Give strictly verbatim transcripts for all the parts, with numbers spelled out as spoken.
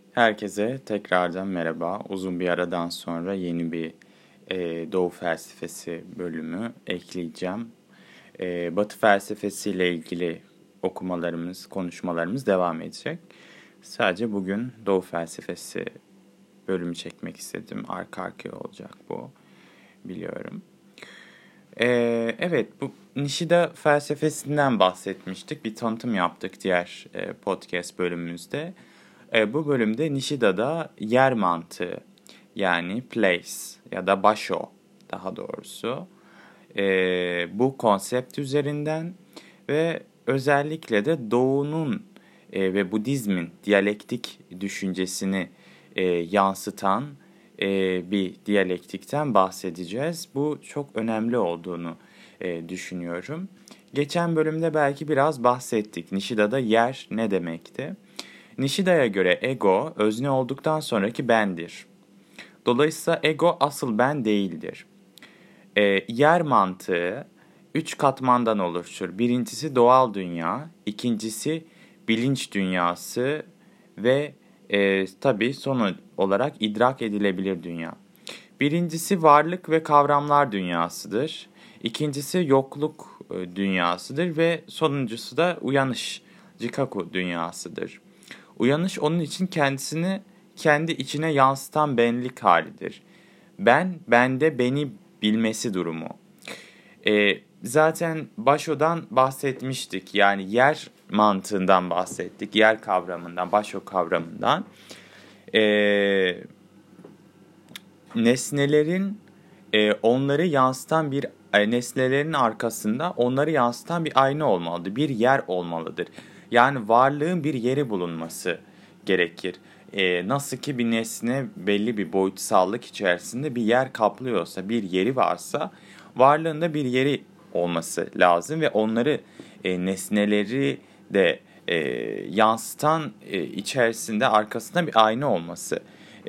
Herkese tekrardan merhaba. Uzun bir aradan sonra yeni bir e, Doğu felsefesi bölümü ekleyeceğim. E, Batı felsefesiyle ilgili okumalarımız, konuşmalarımız devam edecek. Sadece bugün Doğu felsefesi bölümü çekmek istedim. Arka arkaya olacak bu, biliyorum. E, evet, bu Nishida felsefesinden bahsetmiştik. Bir tanıtım yaptık diğer e, podcast bölümümüzde. E, bu bölümde Nishida'da yer mantığı yani place ya da basho daha doğrusu e, bu konsept üzerinden ve özellikle de Doğu'nun e, ve Budizmin diyalektik düşüncesini e, yansıtan e, bir diyalektikten bahsedeceğiz. Bu çok önemli olduğunu e, düşünüyorum. Geçen bölümde belki biraz bahsettik. Nishida'da yer ne demekti? Nishida'ya göre ego, özne olduktan sonraki bendir. Dolayısıyla ego asıl ben değildir. E, yer mantığı üç katmandan oluşur. Birincisi doğal dünya, ikincisi bilinç dünyası ve e, tabii son olarak idrak edilebilir dünya. Birincisi varlık ve kavramlar dünyasıdır. İkincisi yokluk e, dünyasıdır ve sonuncusu da uyanış, Jikaku dünyasıdır. Uyanış onun için kendisini kendi içine yansıtan benlik halidir. Ben, bende beni bilmesi durumu. E, zaten Basho'dan bahsetmiştik. Yani yer mantığından bahsettik. Yer kavramından, Basho kavramından. E, nesnelerin e, onları yansıtan bir e, nesnelerin arkasında onları yansıtan bir ayna olmalıdır. Bir yer olmalıdır. Yani varlığın bir yeri bulunması gerekir. E, nasıl ki bir nesne belli bir boyutsallık içerisinde bir yer kaplıyorsa, bir yeri varsa varlığında bir yeri olması lazım ve onları e, nesneleri de e, yansıtan e, içerisinde arkasında bir ayna olması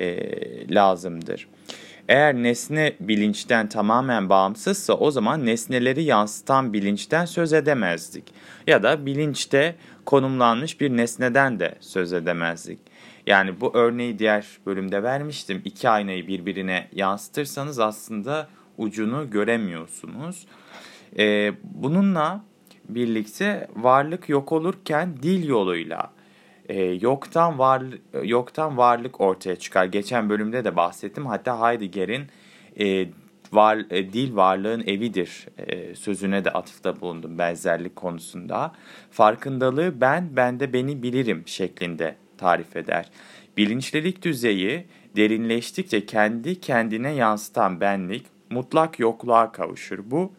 e, lazımdır. Eğer nesne bilinçten tamamen bağımsızsa o zaman nesneleri yansıtan bilinçten söz edemezdik. Ya da bilinçte konumlanmış bir nesneden de söz edemezdik. Yani bu örneği diğer bölümde vermiştim. İki aynayı birbirine yansıtırsanız aslında ucunu göremiyorsunuz. Ee, bununla birlikte varlık yok olurken dil yoluyla e, yoktan var yoktan varlık ortaya çıkar. Geçen bölümde de bahsettim. Hatta Heidegger'in e, var, e, dil varlığın evidir e, sözüne de atıfta bulundum benzerlik konusunda. Farkındalığı ben, ben de beni bilirim şeklinde tarif eder. Bilinçlilik düzeyi derinleştikçe kendi kendine yansıtan benlik mutlak yokluğa kavuşur. Bu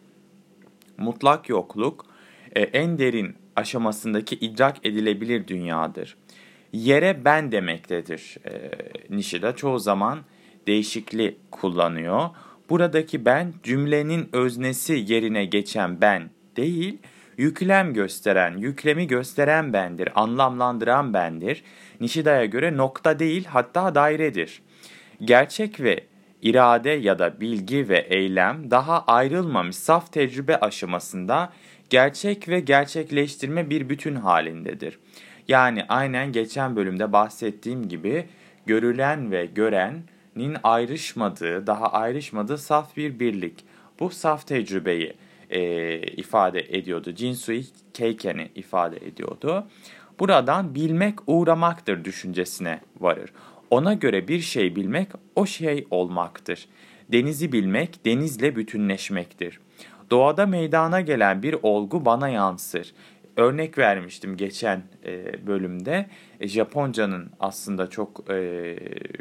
mutlak yokluk e, en derin aşamasındaki idrak edilebilir dünyadır. Yere ben demektedir. E, Nishida çoğu zaman değişikli kullanıyor. Buradaki ben cümlenin öznesi yerine geçen ben değil, yüklem gösteren, yüklemi gösteren bendir, anlamlandıran bendir. Nishida'ya göre nokta değil hatta dairedir. Gerçek ve irade ya da bilgi ve eylem daha ayrılmamış saf tecrübe aşamasında gerçek ve gerçekleştirme bir bütün halindedir. Yani aynen geçen bölümde bahsettiğim gibi görülen ve görenin ayrışmadığı, daha ayrışmadığı saf bir birlik. Bu saf tecrübeyi e, ifade ediyordu. Jinsui Keiken'i ifade ediyordu. Buradan bilmek uğramaktır düşüncesine varır. Ona göre bir şey bilmek o şey olmaktır. Denizi bilmek denizle bütünleşmektir. Doğada meydana gelen bir olgu bana yansır. Örnek vermiştim geçen e, bölümde. E, Japonca'nın aslında çok e,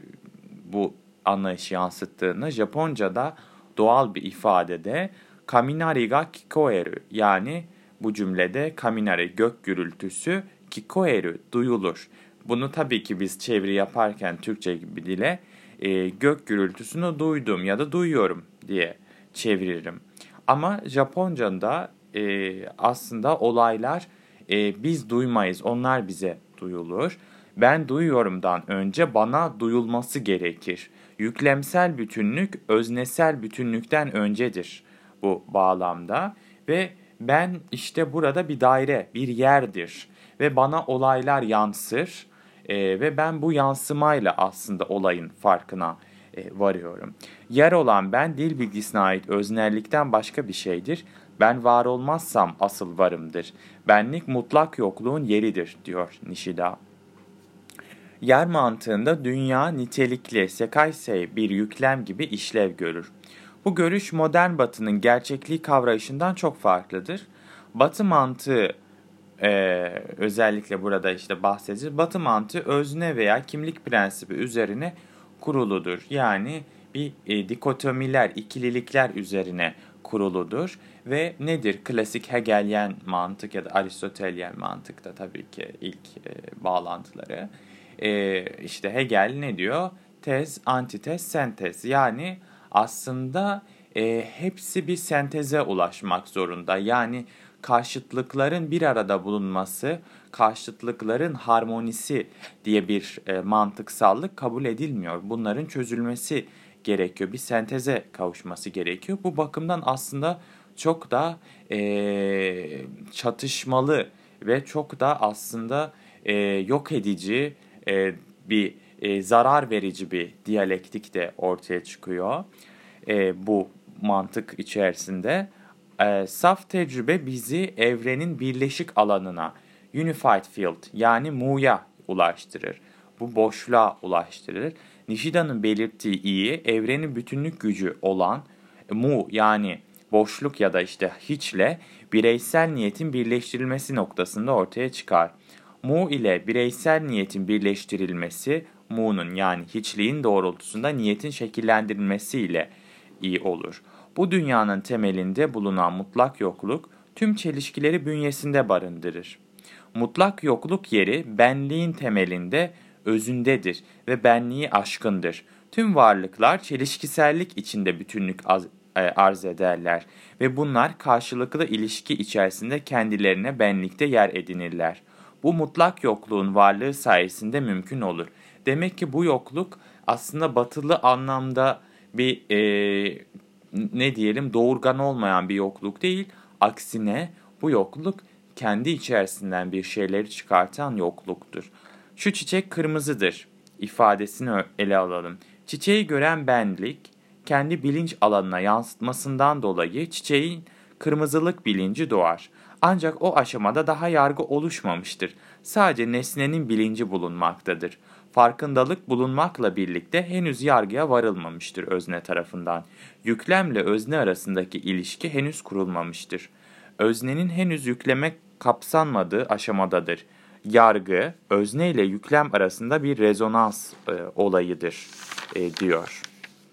bu anlayışı yansıttığını, Japonca'da doğal bir ifadede kaminari ga kikoeru yani bu cümlede kaminari gök gürültüsü kikoeru duyulur. Bunu tabii ki biz çeviri yaparken Türkçe gibi dile e, gök gürültüsünü duydum ya da duyuyorum diye çeviririm. Ama Japonca'da e, aslında olaylar e, biz duymayız, onlar bize duyulur. Ben duyuyorumdan önce bana duyulması gerekir. Yüklemsel bütünlük öznesel bütünlükten öncedir bu bağlamda ve ben işte burada bir daire, bir yerdir ve bana olaylar yansır. E, ve ben bu yansımayla aslında olayın farkına e, varıyorum. Yer olan ben dil bilgisine ait öznellikten başka bir şeydir. Ben var olmazsam asıl varımdır. Benlik mutlak yokluğun yeridir diyor Nishida. Yer mantığında dünya nitelikli sekaisei bir yüklem gibi işlev görür. Bu görüş modern Batı'nın gerçekliği kavrayışından çok farklıdır. Batı mantığı ee, özellikle burada işte bahsedeceğiz. Batı mantığı özne veya kimlik prensibi üzerine kuruludur. Yani bir e, dikotomiler, ikililikler üzerine kuruludur. Ve nedir? Klasik Hegelian mantık ya da Aristotelyen mantıkta tabii ki ilk e, bağlantıları. E, işte Hegel ne diyor? Tez, antitez, sentez. Yani aslında e, hepsi bir senteze ulaşmak zorunda. Yani karşıtlıkların bir arada bulunması, karşıtlıkların harmonisi diye bir e, mantıksallık kabul edilmiyor. Bunların çözülmesi gerekiyor. Bir senteze kavuşması gerekiyor. Bu bakımdan aslında çok da e, çatışmalı ve çok da aslında e, yok edici e, bir e, zarar verici bir diyalektik de ortaya çıkıyor e, bu mantık içerisinde. E, saf tecrübe bizi evrenin birleşik alanına, unified field yani mu'ya ulaştırır. Bu boşluğa ulaştırır. Nishida'nın belirttiği iyi, evrenin bütünlük gücü olan mu yani boşluk ya da işte hiçle bireysel niyetin birleştirilmesi noktasında ortaya çıkar. Mu ile bireysel niyetin birleştirilmesi, mu'nun yani hiçliğin doğrultusunda niyetin şekillendirilmesiyle iyi olur. Bu dünyanın temelinde bulunan mutlak yokluk tüm çelişkileri bünyesinde barındırır. Mutlak yokluk yeri benliğin temelinde, özündedir ve benliği aşkındır. Tüm varlıklar çelişkisellik içinde bütünlük az, e, arz ederler ve bunlar karşılıklı ilişki içerisinde kendilerine benlikte yer edinirler. Bu mutlak yokluğun varlığı sayesinde mümkün olur. Demek ki bu yokluk aslında batılı anlamda bir e, ne diyelim doğurgan olmayan bir yokluk değil. Aksine bu yokluk kendi içerisinden bir şeyleri çıkartan yokluktur. Şu çiçek kırmızıdır ifadesini ele alalım. Çiçeği gören benlik kendi bilinç alanına yansıtmasından dolayı çiçeğin kırmızılık bilinci doğar. Ancak o aşamada daha yargı oluşmamıştır. Sadece nesnenin bilinci bulunmaktadır. Farkındalık bulunmakla birlikte henüz yargıya varılmamıştır özne tarafından. Yüklemle özne arasındaki ilişki henüz kurulmamıştır. Öznenin henüz yükleme kapsanmadığı aşamadadır. Yargı, özne ile yüklem arasında bir rezonans e, olayıdır e, diyor.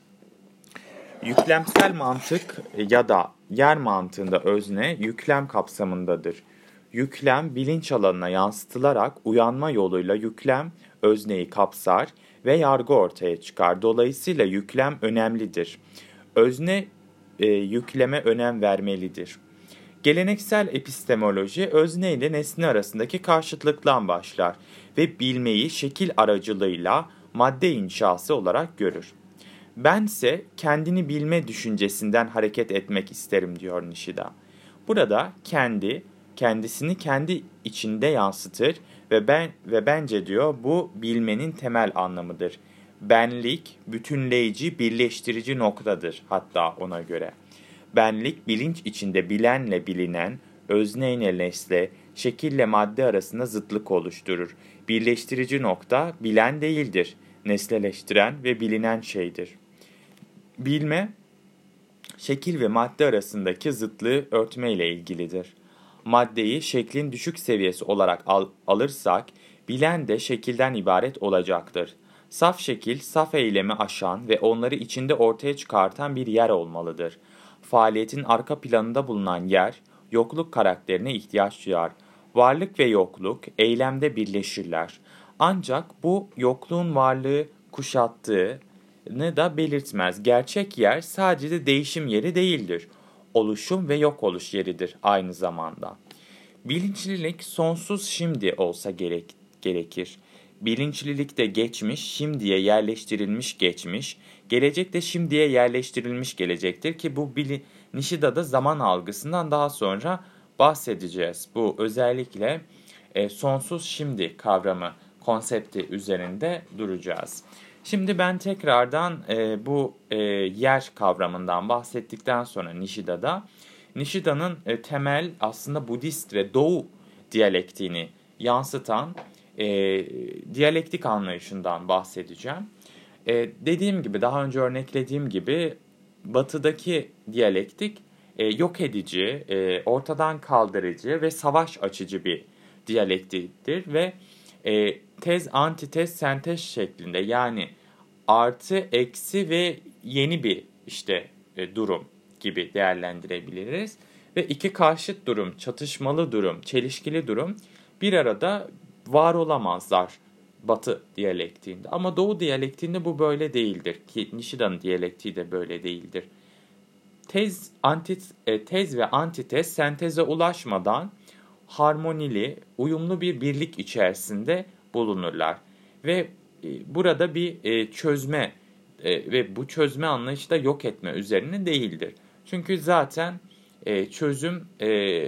Yüklemsel mantık ya da yer mantığında özne yüklem kapsamındadır. Yüklem bilinç alanına yansıtılarak uyanma yoluyla yüklem özneyi kapsar ve yargı ortaya çıkar. Dolayısıyla yüklem önemlidir. Özne e, yükleme önem vermelidir. Geleneksel epistemoloji özne ile nesne arasındaki karşıtlıktan başlar ve bilmeyi şekil aracılığıyla madde inşası olarak görür. Bense kendini bilme düşüncesinden hareket etmek isterim diyor Nishida. Burada kendi, kendisini kendi içinde yansıtır ve ben ve bence diyor bu bilmenin temel anlamıdır. Benlik bütünleyici, birleştirici noktadır hatta ona göre. Benlik bilinç içinde bilenle bilinen, özneyle nesne, şekille madde arasında zıtlık oluşturur. Birleştirici nokta bilen değildir, nesneleştiren ve bilinen şeydir. Bilme, şekil ve madde arasındaki zıtlığı örtme ile ilgilidir. Maddeyi şeklin düşük seviyesi olarak al- alırsak, bilen de şekilden ibaret olacaktır. Saf şekil, saf eylemi aşan ve onları içinde ortaya çıkartan bir yer olmalıdır. Faaliyetin arka planında bulunan yer, yokluk karakterine ihtiyaç duyar. Varlık ve yokluk eylemde birleşirler. Ancak bu yokluğun varlığı kuşattığı, ne da belirtmez. Gerçek yer sadece değişim yeri değildir. Oluşum ve yok oluş yeridir aynı zamanda. Bilinçlilik sonsuz şimdi olsa gerek, gerekir. Bilinçlilik de geçmiş, şimdiye yerleştirilmiş geçmiş, gelecek de şimdiye yerleştirilmiş gelecektir ki bu bili, Nishida'da zaman algısından daha sonra bahsedeceğiz. Bu özellikle e, sonsuz şimdi kavramı konsepti üzerinde duracağız. Şimdi ben tekrardan e, bu e, yer kavramından bahsettikten sonra Nishida'da, Nishida'nın e, temel aslında Budist ve Doğu diyalektiğini yansıtan e, diyalektik anlayışından bahsedeceğim. E, dediğim gibi, daha önce örneklediğim gibi Batı'daki diyalektik e, yok edici, e, ortadan kaldırıcı ve savaş açıcı bir diyalektiktir ve e, tez, antitez, sentez şeklinde, yani artı, eksi ve yeni bir işte e, durum gibi değerlendirebiliriz. Ve iki karşıt durum, çatışmalı durum, çelişkili durum bir arada var olamazlar Batı diyalektiğinde. Ama Doğu diyalektiğinde bu böyle değildir ki Nishida'nın diyalektiği de böyle değildir. Tez, antit, e, tez ve antitez senteze ulaşmadan harmonili, uyumlu bir birlik içerisinde bulunurlar. Ve e, burada bir e, çözme e, ve bu çözme anlayışı da yok etme üzerine değildir. Çünkü zaten e, çözüm e,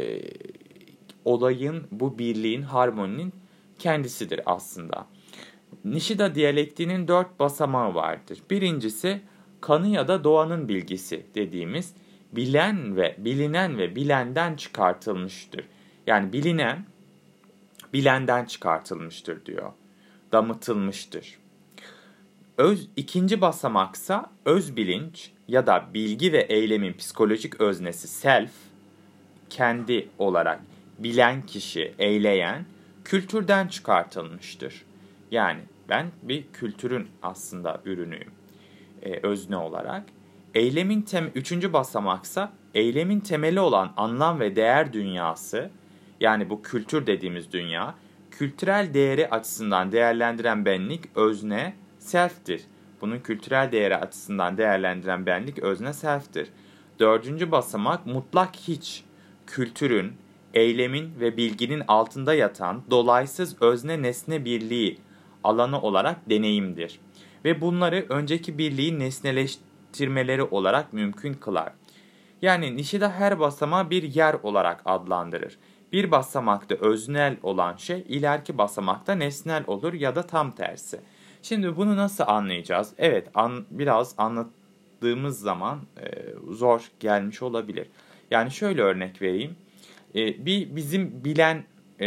olayın, bu birliğin, harmoninin kendisidir aslında. Nishida diyalektiğinin dört basamağı vardır. Birincisi kanı ya da doğanın bilgisi dediğimiz bilen ve bilinen ve bilenden çıkartılmıştır. Yani bilinen bilenden çıkartılmıştır diyor. Damıtılmıştır. Öz, ikinci basamaksa öz bilinç ya da bilgi ve eylemin psikolojik öznesi self, kendi olarak bilen kişi, eyleyen, kültürden çıkartılmıştır. Yani ben bir kültürün aslında ürünüyüm, e, özne olarak. Eylemin tem üçüncü basamaksa eylemin temeli olan anlam ve değer dünyası, yani bu kültür dediğimiz dünya, kültürel değeri açısından değerlendiren benlik özne self'tir. Bunun kültürel değeri açısından değerlendiren benlik özne self'tir. Dördüncü basamak mutlak hiç, kültürün, eylemin ve bilginin altında yatan dolaysız özne nesne birliği alanı olarak deneyimdir. Ve bunları önceki birliği nesneleştirmeleri olarak mümkün kılar. Yani Nishida her basamağı bir yer olarak adlandırır. Bir basamakta öznel olan şey ileriki basamakta nesnel olur ya da tam tersi. Şimdi bunu nasıl anlayacağız? Evet, an, biraz anlattığımız zaman e, zor gelmiş olabilir. Yani şöyle örnek vereyim. E, bir bizim bilen, e,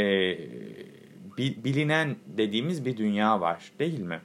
bi, bilinen dediğimiz bir dünya var, değil mi?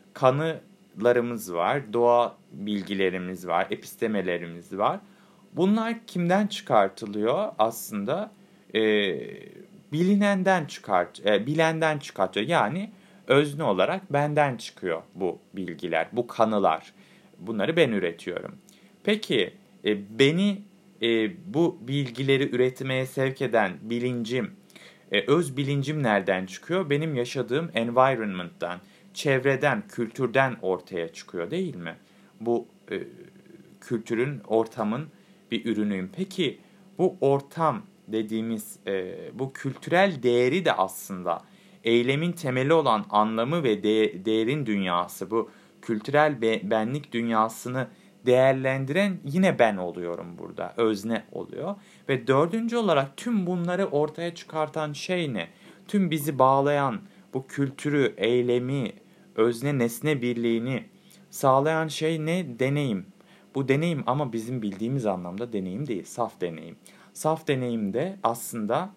Kanılarımız var, doğa bilgilerimiz var, epistemelerimiz var. Bunlar kimden çıkartılıyor aslında? E, bilinenden çıkart, e, bilenden çıkartıyor. Yani özne olarak benden çıkıyor bu bilgiler, bu kanılar. Bunları ben üretiyorum. Peki e, beni e, bu bilgileri üretmeye sevk eden bilincim, e, öz bilincim nereden çıkıyor? Benim yaşadığım environment'tan, çevreden, kültürden ortaya çıkıyor, değil mi? Bu e, kültürün, ortamın bir ürünüyüm. Peki bu ortam dediğimiz e, bu kültürel değeri de aslında eylemin temeli olan anlamı ve de, değerin dünyası, bu kültürel be, benlik dünyasını değerlendiren yine ben oluyorum burada, özne oluyor. Ve dördüncü olarak tüm bunları ortaya çıkartan şey ne? Tüm bizi bağlayan bu kültürü, eylemi, özne nesne birliğini sağlayan şey ne? Deneyim. Bu deneyim ama bizim bildiğimiz anlamda deneyim değil, saf deneyim. Saf deneyimde aslında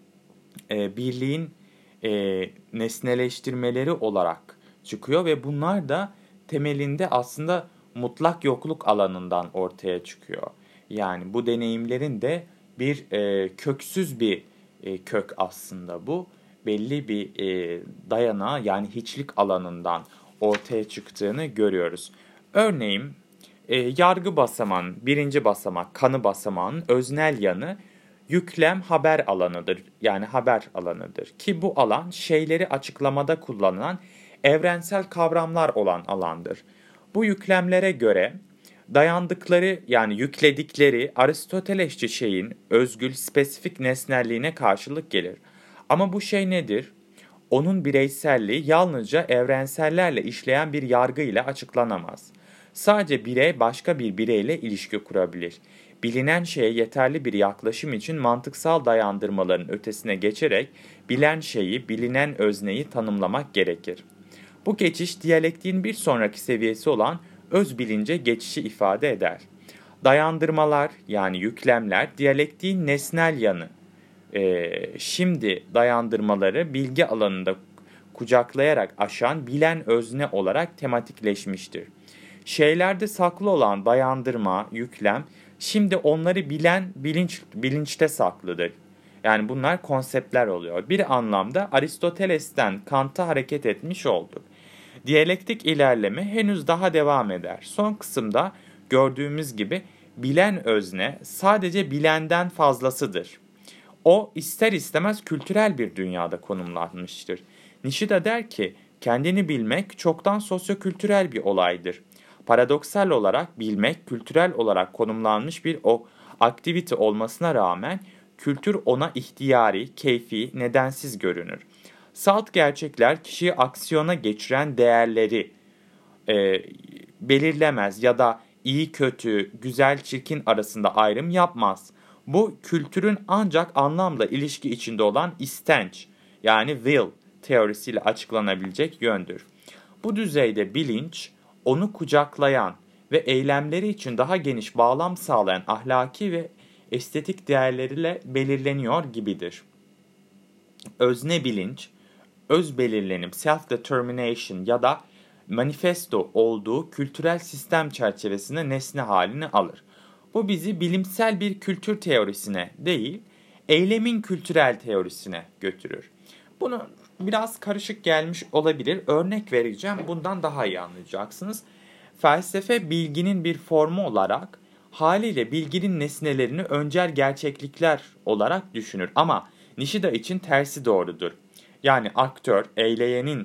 e, birliğin e, nesneleştirmeleri olarak çıkıyor ve bunlar da temelinde aslında mutlak yokluk alanından ortaya çıkıyor. Yani bu deneyimlerin de bir e, köksüz bir e, kök aslında bu. Belli bir e, dayanağı, yani hiçlik alanından ortaya çıktığını görüyoruz. Örneğin e, yargı basamağının birinci basamak, kanı basamağının öznel yanı yüklem haber alanıdır. Yani haber alanıdır. Ki bu alan şeyleri açıklamada kullanılan evrensel kavramlar olan alandır. Bu yüklemlere göre dayandıkları, yani yükledikleri Aristotelesçi şeyin özgül spesifik nesnelliğine karşılık gelir. Ama bu şey nedir? Onun bireyselliği yalnızca evrensellerle işleyen bir yargı ile açıklanamaz. Sadece birey başka bir bireyle ilişki kurabilir. bilinen şeye yeterli bir yaklaşım için mantıksal dayandırmaların ötesine geçerek bilen şeyi, bilinen özneyi tanımlamak gerekir. Bu geçiş diyalektiğin bir sonraki seviyesi olan öz bilince geçişi ifade eder. Dayandırmalar yani yüklemler diyalektiğin nesnel yanı. Ee, şimdi dayandırmaları bilgi alanında kucaklayarak aşan bilen özne olarak tematikleşmiştir. Şeylerde saklı olan dayandırma, yüklem, şimdi onları bilen bilinç, bilinçte saklıdır. Yani bunlar konseptler oluyor. Bir anlamda Aristoteles'ten Kant'a hareket etmiş olduk. Diyalektik ilerleme henüz daha devam eder. Son kısımda gördüğümüz gibi bilen özne sadece bilenden fazlasıdır. O ister istemez kültürel bir dünyada konumlanmıştır. Nishida der ki, kendini bilmek çoktan sosyokültürel bir olaydır. Paradoksal olarak bilmek kültürel olarak konumlanmış bir o aktivite olmasına rağmen kültür ona ihtiyari, keyfi, nedensiz görünür. Salt gerçekler kişiyi aksiyona geçiren değerleri e, belirlemez ya da iyi kötü, güzel çirkin arasında ayrım yapmaz. Bu kültürün ancak anlamla ilişki içinde olan istenç yani will teorisiyle açıklanabilecek yöndür. Bu düzeyde bilinç onu kucaklayan ve eylemleri için daha geniş bağlam sağlayan ahlaki ve estetik değerleriyle belirleniyor gibidir. Özne bilinç, öz belirlenim, self-determination ya da manifesto olduğu kültürel sistem çerçevesinde nesne halini alır. Bu bizi bilimsel bir kültür teorisine değil, eylemin kültürel teorisine götürür. Bunu biraz karışık gelmiş olabilir. Örnek vereceğim, bundan daha iyi anlayacaksınız. Felsefe bilginin bir formu olarak haliyle bilginin nesnelerini öncel gerçeklikler olarak düşünür. Ama Nishida için tersi doğrudur. Yani aktör, eyleyenin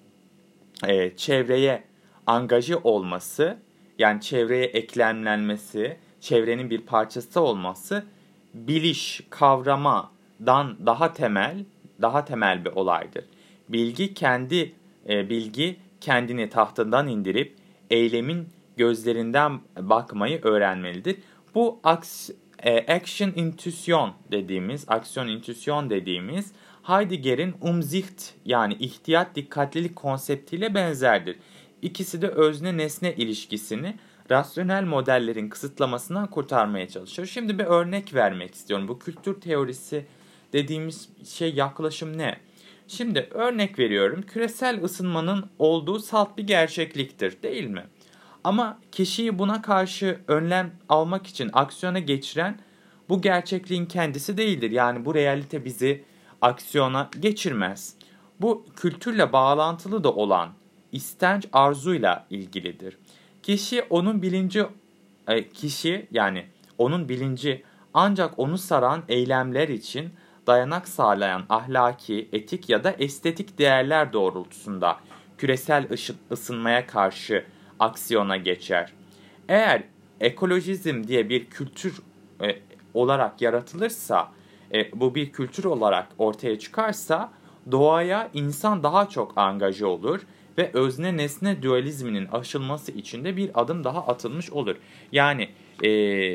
e, çevreye angaje olması, yani çevreye eklemlenmesi, çevrenin bir parçası olması biliş, kavramadan daha temel, daha temel bir olaydır. Bilgi kendi e, bilgi kendini tahtından indirip eylemin gözlerinden bakmayı öğrenmelidir. Bu aks, e, action intuition dediğimiz, aksiyon intuition dediğimiz Heidegger'in Umsicht yani ihtiyat dikkatlilik konseptiyle benzerdir. İkisi de özne nesne ilişkisini rasyonel modellerin kısıtlamasından kurtarmaya çalışıyor. Şimdi bir örnek vermek istiyorum. Bu kültür teorisi dediğimiz şey, yaklaşım ne? Şimdi örnek veriyorum. Küresel ısınmanın olduğu salt bir gerçekliktir, değil mi? Ama kişiyi buna karşı önlem almak için aksiyona geçiren bu gerçekliğin kendisi değildir. Yani bu realite bizi aksiyona geçirmez. Bu kültürle bağlantılı da olan istenç arzuyla ilgilidir. Kişi onun bilinci kişi yani onun bilinci ancak onu saran eylemler için dayanak sağlayan ahlaki, etik ya da estetik değerler doğrultusunda küresel ısınmaya karşı aksiyona geçer. Eğer ekolojizm diye bir kültür e, olarak yaratılırsa, e, bu bir kültür olarak ortaya çıkarsa doğaya insan daha çok angaje olur ve özne nesne dualizminin aşılması için de bir adım daha atılmış olur. Yani e,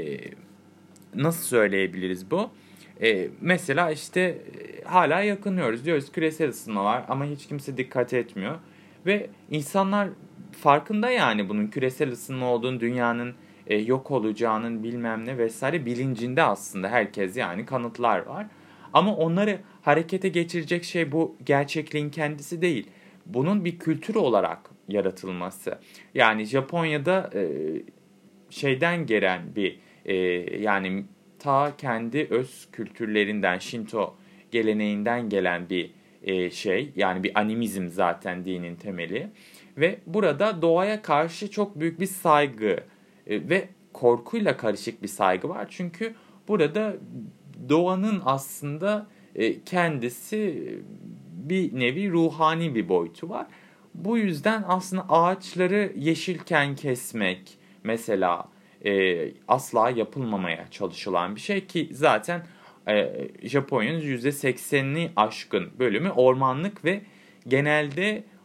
nasıl söyleyebiliriz bu? E, mesela işte e, hala yakınıyoruz. Diyoruz küresel ısınma var ama hiç kimse dikkat etmiyor. Ve insanlar farkında yani bunun küresel ısınma olduğunu, dünyanın e, yok olacağının bilmem ne vesaire bilincinde aslında herkes, yani kanıtlar var. Ama onları harekete geçirecek şey bu gerçekliğin kendisi değil. Bunun bir kültür olarak yaratılması. Yani Japonya'da e, şeyden gelen bir e, yani ta kendi öz kültürlerinden, Shinto geleneğinden gelen bir e, şey. Yani bir animizm zaten dinin temeli. Ve burada doğaya karşı çok büyük bir saygı e, ve korkuyla karışık bir saygı var. Çünkü burada doğanın aslında e, kendisi bir nevi ruhani bir boyutu var. Bu yüzden aslında ağaçları yeşilken kesmek mesela e, asla yapılmamaya çalışılan bir şey ki zaten e, Japonya'nın yüzde seksenini aşkın bölümü ormanlık ve genelde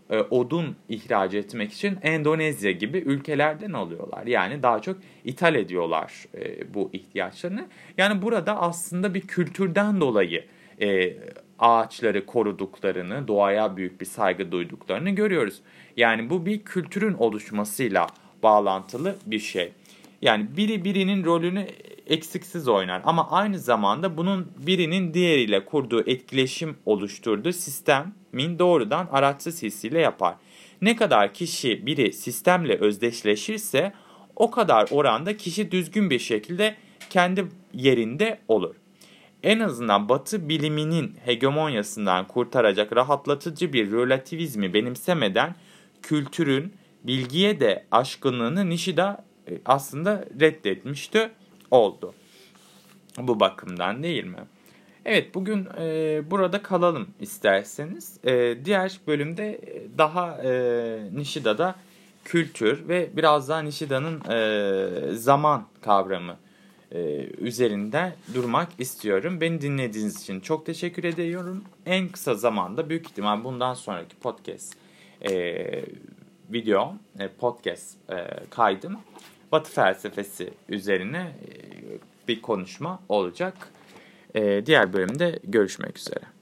e, odun ihraç etmek için Endonezya gibi ülkelerden alıyorlar. Yani daha çok ithal ediyorlar e, bu ihtiyaçlarını. Yani burada aslında bir kültürden dolayı e, ağaçları koruduklarını, doğaya büyük bir saygı duyduklarını görüyoruz. Yani bu bir kültürün oluşmasıyla bağlantılı bir şey. Yani biri birinin rolünü eksiksiz oynar ama aynı zamanda bunun birinin diğeriyle kurduğu etkileşim oluşturduğu sistemin doğrudan araçsız hissiyle yapar. Ne kadar kişi biri sistemle özdeşleşirse o kadar oranda kişi düzgün bir şekilde kendi yerinde olur. En azından Batı biliminin hegemonyasından kurtaracak rahatlatıcı bir relativizmi benimsemeden kültürün bilgiye de aşkınlığını Nishida aslında reddetmişti oldu. Bu bakımdan değil mi? Evet, bugün e, burada kalalım isterseniz. E, diğer bölümde daha e, Nishida'da kültür ve biraz daha Nishida'nın e, zaman kavramı e, üzerinde durmak istiyorum. Beni dinlediğiniz için çok teşekkür ediyorum. En kısa zamanda büyük ihtimal bundan sonraki podcast e, video, e, podcast e, kaydım Batı felsefesi üzerine e, bir konuşma olacak. E, diğer bölümde görüşmek üzere.